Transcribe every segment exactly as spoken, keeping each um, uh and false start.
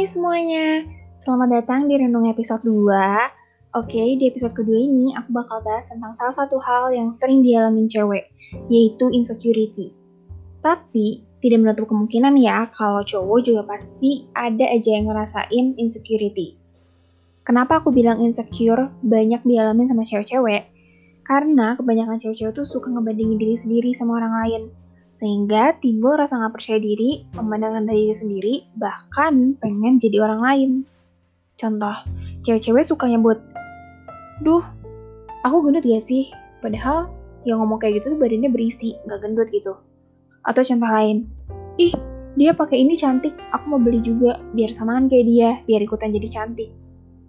semuanya, selamat datang di Renung episode dua. Oke, di episode kedua ini aku bakal bahas tentang salah satu hal yang sering dialamin cewek, yaitu insecurity. Tapi, tidak menutup kemungkinan ya kalau cowok juga pasti ada aja yang ngerasain insecurity. Kenapa aku bilang insecure banyak dialamin sama cewek-cewek? Karena kebanyakan cewek-cewek tuh suka ngebandingin diri sendiri sama orang lain. Sehingga timbul rasa gak percaya diri, pemandangan dari diri sendiri, bahkan pengen jadi orang lain. Contoh, cewek-cewek suka nyebut, duh, aku gendut gak sih? Padahal yang ngomong kayak gitu tuh badannya berisi, gak gendut gitu. Atau contoh lain, ih, dia pakai ini cantik, aku mau beli juga, biar samaan kayak dia, biar ikutan jadi cantik.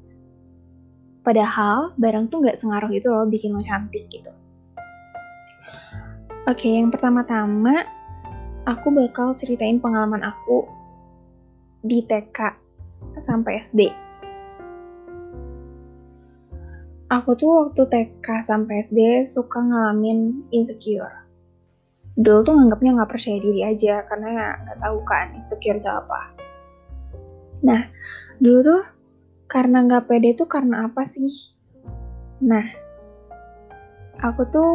Padahal barang tuh gak sengaruh itu loh bikin lo cantik gitu. Oke, yang pertama-tama aku bakal ceritain pengalaman aku di T K sampai S D. Aku tuh waktu T K sampai S D suka ngalamin insecure. Dulu tuh nganggapnya gak percaya diri aja karena gak tahu kan insecure itu apa. Nah, dulu tuh karena gak pede tuh karena apa sih? Nah, aku tuh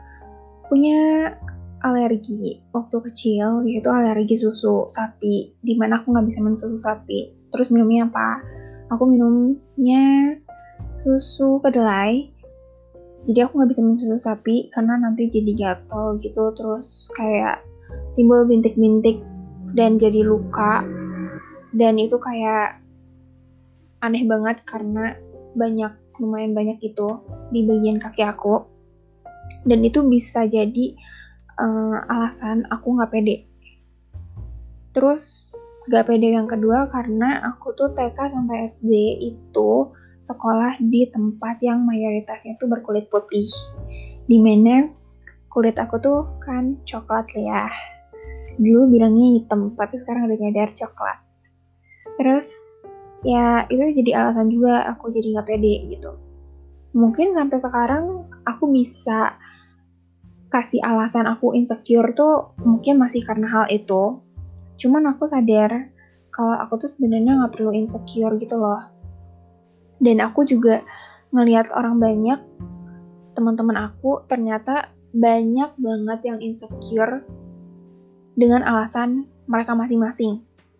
punya alergi waktu kecil, yaitu alergi susu sapi, dimana aku nggak bisa minum susu sapi. Terus minumnya apa? Aku minumnya susu kedelai, jadi aku nggak bisa minum susu sapi karena nanti jadi gatal gitu, terus kayak timbul bintik-bintik dan jadi luka, dan itu kayak aneh banget karena banyak, lumayan banyak itu di bagian kaki aku. Dan itu bisa jadi uh, alasan aku gak pede. Terus gak pede yang kedua karena aku tuh T K sampai S D itu sekolah di tempat yang mayoritasnya tuh berkulit putih. Dimana kulit aku tuh kan coklat ya. Dulu bilangnya hitam, tapi sekarang udah nyadar coklat. Terus ya itu jadi alasan juga aku jadi gak pede gitu. Mungkin sampai sekarang aku bisa kasih alasan aku insecure tuh mungkin masih karena hal itu. Cuman aku sadar kalau aku tuh sebenarnya nggak perlu insecure gitu loh. Dan aku juga ngelihat orang banyak, teman-teman aku ternyata banyak banget yang insecure dengan alasan mereka masing-masing.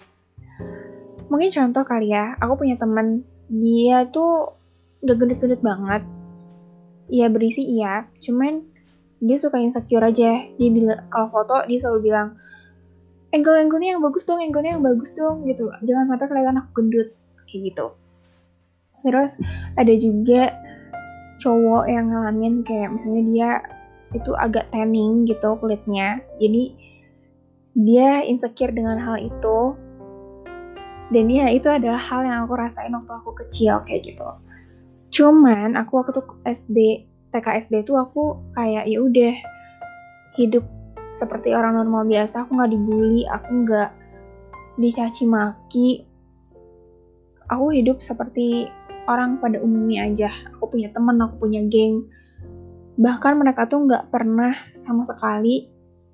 Mungkin contoh kali ya, aku punya teman, dia tuh gak gendut-gendut banget. Iya berisi iya, cuman dia suka insecure aja. Dia bilang, kalau foto dia selalu bilang, angle-angle-nya yang bagus dong, angle-nya yang bagus dong gitu. Jangan sampai kelihatan aku gendut kayak gitu. Terus ada juga cowok yang ngalamin kayak misalnya dia itu agak tanning gitu kulitnya. Jadi dia insecure dengan hal itu. Dan ya itu adalah hal yang aku rasain waktu aku kecil kayak gitu. Cuman aku waktu S D T K S D tuh aku kayak ya udah hidup seperti orang normal biasa, aku nggak dibully, aku nggak dicaci maki, aku hidup seperti orang pada umumnya aja. Aku punya teman, aku punya geng, bahkan mereka tuh nggak pernah sama sekali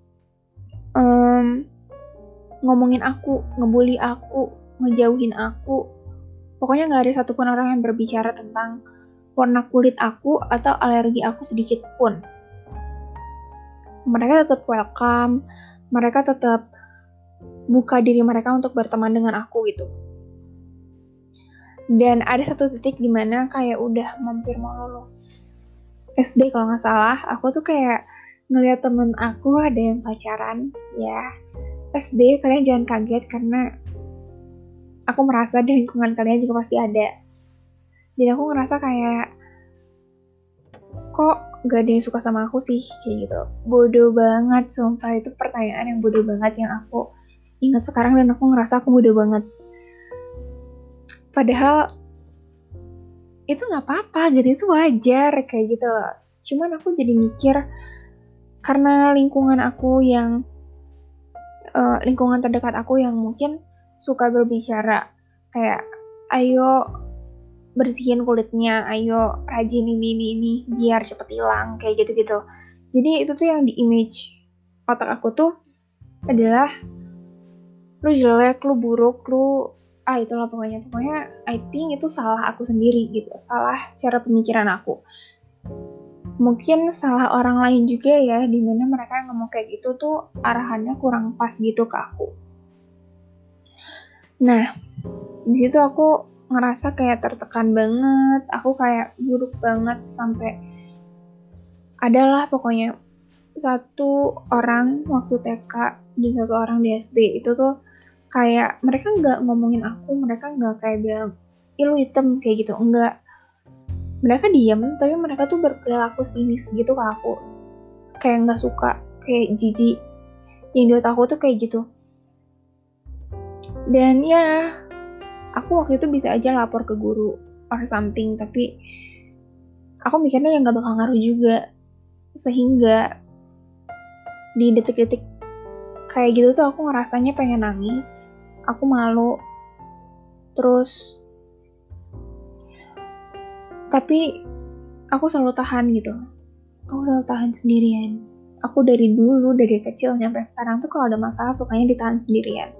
um, ngomongin aku, ngebully aku, ngejauhin aku. Pokoknya nggak ada satupun orang yang berbicara tentang warna kulit aku atau alergi aku sedikit pun. Mereka tetap welcome, mereka tetap buka diri mereka untuk berteman dengan aku gitu. Dan ada satu titik dimana kayak udah mampir mau lulus S D kalau nggak salah, aku tuh kayak ngeliat temen aku ada yang pacaran ya. S D kalian jangan kaget karena aku merasa di lingkungan kalian juga pasti ada. Jadi aku ngerasa kayak kok gak ada yang suka sama aku sih kayak gitu. Bodoh banget, sumpah itu pertanyaan yang bodoh banget yang aku ingat sekarang dan aku ngerasa aku bodoh banget. Padahal itu nggak apa-apa gitu, itu wajar kayak gitu loh. Cuman aku jadi mikir karena lingkungan aku yang uh, lingkungan terdekat aku yang mungkin suka berbicara kayak ayo bersihin kulitnya, ayo rajin ini ini ini biar cepet hilang kayak gitu-gitu. Jadi itu tuh yang di image otak aku tuh adalah lu jelek, lu buruk, lu ah itulah pokoknya pokoknya I think itu salah aku sendiri gitu, salah cara pemikiran aku. Mungkin salah orang lain juga ya, dimana mereka yang ngomong kayak gitu tuh arahannya kurang pas gitu ke aku. Nah, di situ aku ngerasa kayak tertekan banget, aku kayak buruk banget, sampai adalah pokoknya satu orang waktu T K dan satu orang di S D itu tuh kayak mereka nggak ngomongin aku, mereka nggak kayak bilang ih lu hitam kayak gitu, enggak. Mereka diem tapi mereka tuh berperilaku sinis gitu ke aku, kayak nggak suka, kayak jijik. Yang di otak aku tuh kayak gitu. Dan ya aku waktu itu bisa aja lapor ke guru or something, tapi aku mikirnya yang nggak bakal ngaruh juga. Sehingga di detik-detik kayak gitu tuh aku ngerasanya pengen nangis, aku malu, terus tapi aku selalu tahan gitu, aku selalu tahan sendirian. Aku dari dulu, dari kecil sampai sekarang tuh kalau ada masalah sukanya ditahan sendirian.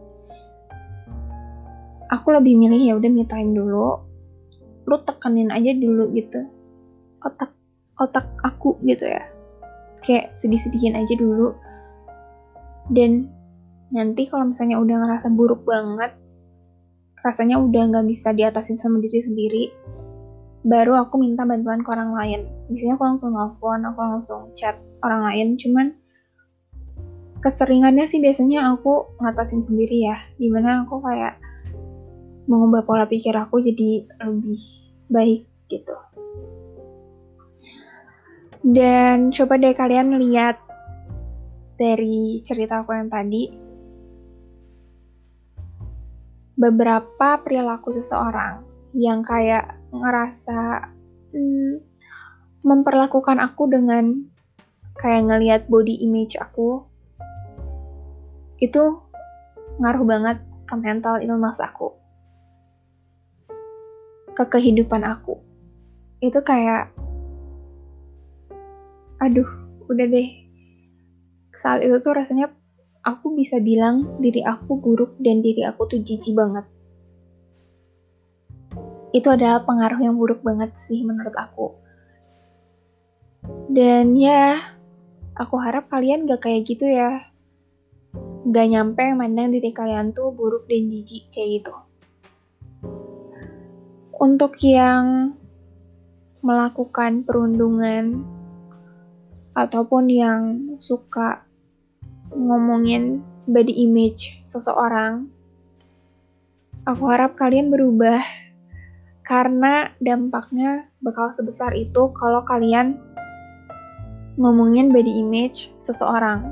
Aku lebih milih ya udah me time dulu, lu tekenin aja dulu gitu otak otak aku gitu ya, kayak sedih-sedihin aja dulu. Dan nanti kalau misalnya udah ngerasa buruk banget, rasanya udah nggak bisa diatasin sama diri sendiri, baru aku minta bantuan ke orang lain. Biasanya aku langsung nelfon, aku langsung chat orang lain. Cuman keseringannya sih biasanya aku ngatasin sendiri ya, dimana aku kayak mengubah pola pikir aku jadi lebih baik gitu. Dan coba deh kalian lihat dari cerita aku yang tadi, beberapa perilaku seseorang yang kayak ngerasa hmm, memperlakukan aku dengan kayak ngelihat body image aku, itu ngaruh banget ke mental illness aku, ke kehidupan aku. Itu kayak aduh udah deh, saat itu tuh rasanya aku bisa bilang diri aku buruk dan diri aku tuh jijik banget. Itu adalah pengaruh yang buruk banget sih menurut aku. Dan ya, aku harap kalian gak kayak gitu ya. Gak nyampe mandang diri kalian tuh buruk dan jijik kayak gitu. Untuk yang melakukan perundungan ataupun yang suka ngomongin body image seseorang, aku harap kalian berubah, karena dampaknya bakal sebesar itu kalau kalian ngomongin body image seseorang.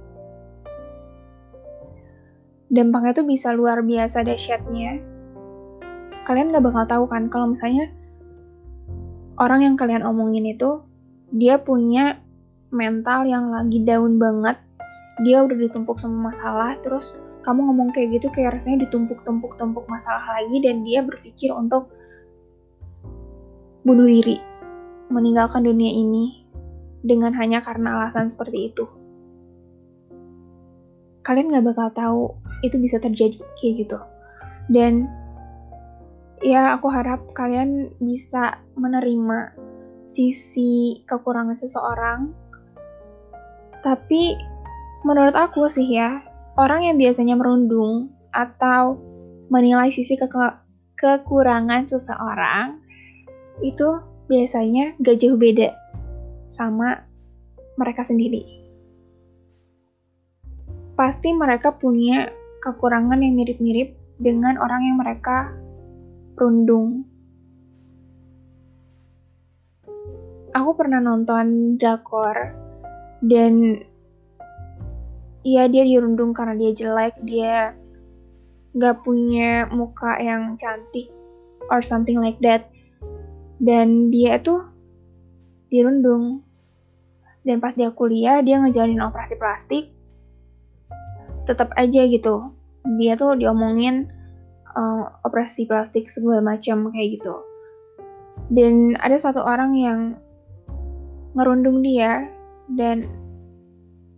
Dampaknya tuh bisa luar biasa dahsyatnya. Kalian gak bakal tahu kan kalau misalnya orang yang kalian omongin itu dia punya mental yang lagi down banget, dia udah ditumpuk sama masalah, terus kamu ngomong kayak gitu kayak rasanya ditumpuk-tumpuk-tumpuk masalah lagi, dan dia berpikir untuk bunuh diri, meninggalkan dunia ini dengan hanya karena alasan seperti itu. Kalian gak bakal tahu itu bisa terjadi kayak gitu. Dan ya aku harap kalian bisa menerima sisi kekurangan seseorang. Tapi menurut aku sih ya, orang yang biasanya merundung atau menilai sisi ke- kekurangan seseorang itu biasanya gak jauh beda sama mereka sendiri. Pasti mereka punya kekurangan yang mirip-mirip dengan orang yang mereka rundung. Aku pernah nonton drakor, dan iya dia dirundung karena dia jelek, dia gak punya muka yang cantik or something like that, dan dia tuh dirundung. Dan pas dia kuliah dia ngejalanin operasi plastik, tetap aja gitu dia tuh diomongin uh, operasi plastik segala macam kayak gitu. Dan ada satu orang yang ngerundung dia, dan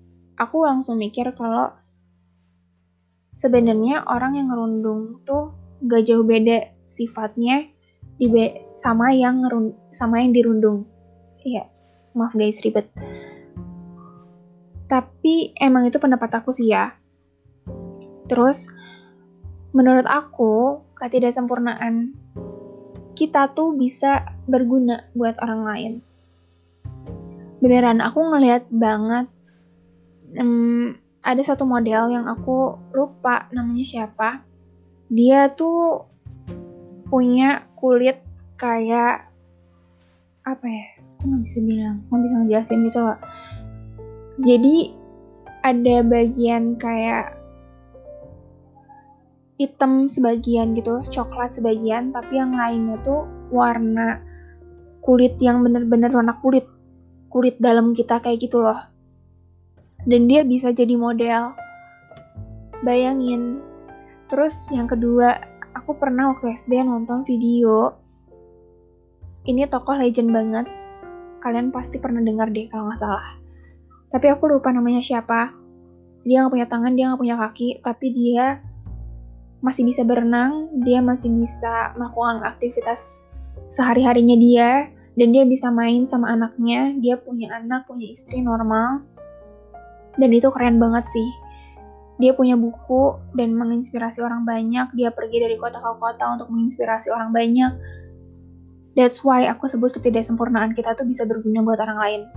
aku langsung mikir kalau sebenarnya orang yang ngerundung tuh gak jauh beda sifatnya di sama yang sama yang dirundung. Iya, maaf guys ribet. Tapi emang itu pendapat aku sih ya. Terus menurut aku ketidaksempurnaan kita tuh bisa berguna buat orang lain. Beneran aku ngeliat banget um, ada satu model yang aku lupa namanya siapa. Dia tuh punya kulit kayak apa ya? Aku nggak bisa bilang, nggak bisa ngejelasin gitu loh. Jadi ada bagian kayak hitam sebagian gitu, coklat sebagian, tapi yang lainnya tuh warna kulit yang bener-bener warna kulit, kulit dalam kita kayak gitu loh. Dan dia bisa jadi model. Bayangin. Terus yang kedua, aku pernah waktu S D nonton video. Ini tokoh legend banget. Kalian pasti pernah dengar deh kalau nggak salah. Tapi aku lupa namanya siapa. Dia nggak punya tangan, dia nggak punya kaki, tapi dia masih bisa berenang, dia masih bisa melakukan aktivitas sehari-harinya dia, dan dia bisa main sama anaknya, dia punya anak, punya istri normal, dan itu keren banget sih. Dia punya buku dan menginspirasi orang banyak, dia pergi dari kota ke kota untuk menginspirasi orang banyak. That's why aku sebut ketidaksempurnaan kita tuh bisa berguna buat orang lain.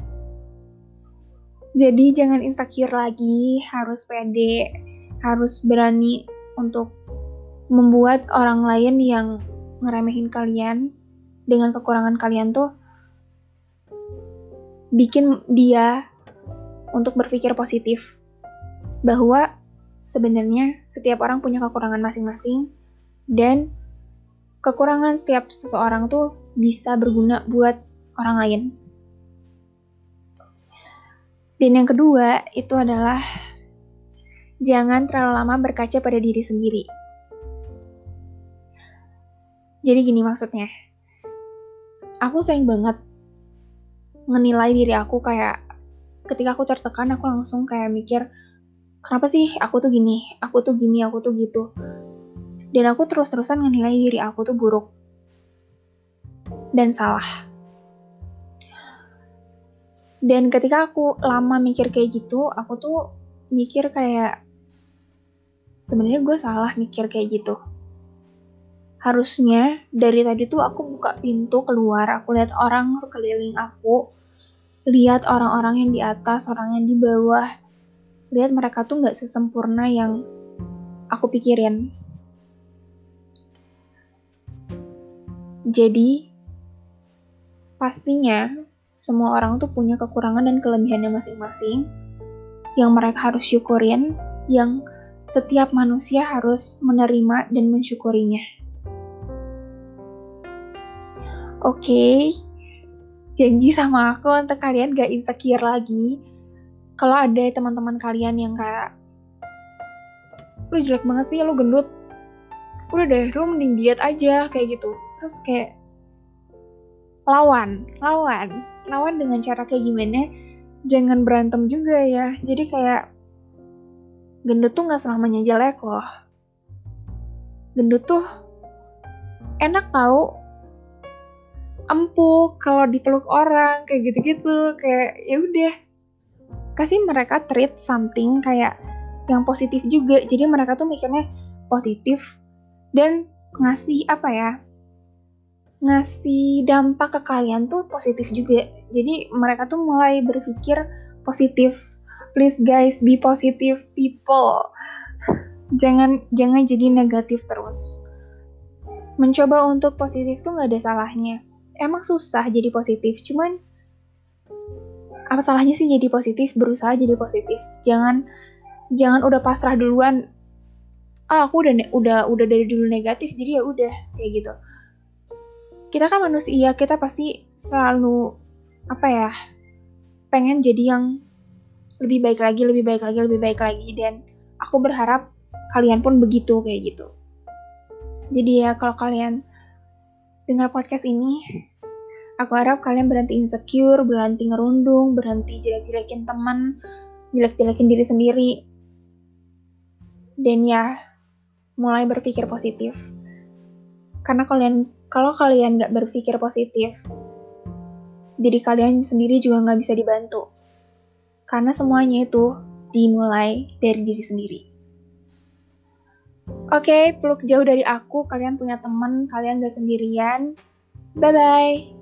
Jadi jangan insecure lagi, harus pede, harus berani untuk membuat orang lain yang ngeremehin kalian dengan kekurangan kalian tuh bikin dia untuk berpikir positif bahwa sebenarnya setiap orang punya kekurangan masing-masing dan kekurangan setiap seseorang tuh bisa berguna buat orang lain. Dan yang kedua itu adalah jangan terlalu lama berkaca pada diri sendiri. Jadi gini maksudnya, aku sering banget menilai diri aku kayak ketika aku tertekan aku langsung kayak mikir, kenapa sih aku tuh gini, aku tuh gini, aku tuh gitu. Dan aku terus-terusan menilai diri aku tuh buruk dan salah. Dan ketika aku lama mikir kayak gitu, aku tuh mikir kayak sebenarnya gue salah mikir kayak gitu. Harusnya dari tadi tuh aku buka pintu keluar, aku lihat orang sekeliling aku, lihat orang-orang yang di atas, orang yang di bawah, lihat mereka tuh gak sesempurna yang aku pikirin. Jadi, pastinya semua orang tuh punya kekurangan dan kelebihannya masing-masing yang mereka harus syukurin, yang setiap manusia harus menerima dan mensyukurinya. Oke, okay. Janji sama aku untuk kalian gak insecure lagi. Kalau ada teman-teman kalian yang kayak, lu jelek banget sih, lu gendut, udah deh, lu mending diet aja, kayak gitu. Terus kayak, lawan, lawan, lawan dengan cara kayak gimana, jangan berantem juga ya. Jadi kayak, gendut tuh gak selamanya jelek loh. Gendut tuh enak tau, empuk kalau dipeluk orang kayak gitu-gitu, kayak ya udah kasih mereka treat something kayak yang positif juga. Jadi mereka tuh mikirnya positif dan ngasih apa ya, ngasih dampak ke kalian tuh positif juga. Jadi mereka tuh mulai berpikir positif. Please guys, be positive people. Jangan jangan jadi negatif terus. Mencoba untuk positif tuh nggak ada salahnya. Emang susah jadi positif, cuman apa salahnya sih jadi positif, berusaha jadi positif. Jangan jangan udah pasrah duluan. Ah, aku udah udah udah dari dulu negatif, jadi ya udah kayak gitu. Kita kan manusia, kita pasti selalu apa ya? Pengen jadi yang lebih baik lagi, lebih baik lagi, lebih baik lagi, dan aku berharap kalian pun begitu kayak gitu. Jadi ya kalau kalian dengar podcast ini, aku harap kalian berhenti insecure, berhenti ngerundung, berhenti jelek-jelekin teman, jelek-jelekin diri sendiri. Dan ya, mulai berpikir positif. Karena kalian, kalau kalian nggak berpikir positif, diri kalian sendiri juga nggak bisa dibantu. Karena semuanya itu dimulai dari diri sendiri. Oke, peluk jauh dari aku, kalian punya teman, kalian gak sendirian. Bye-bye.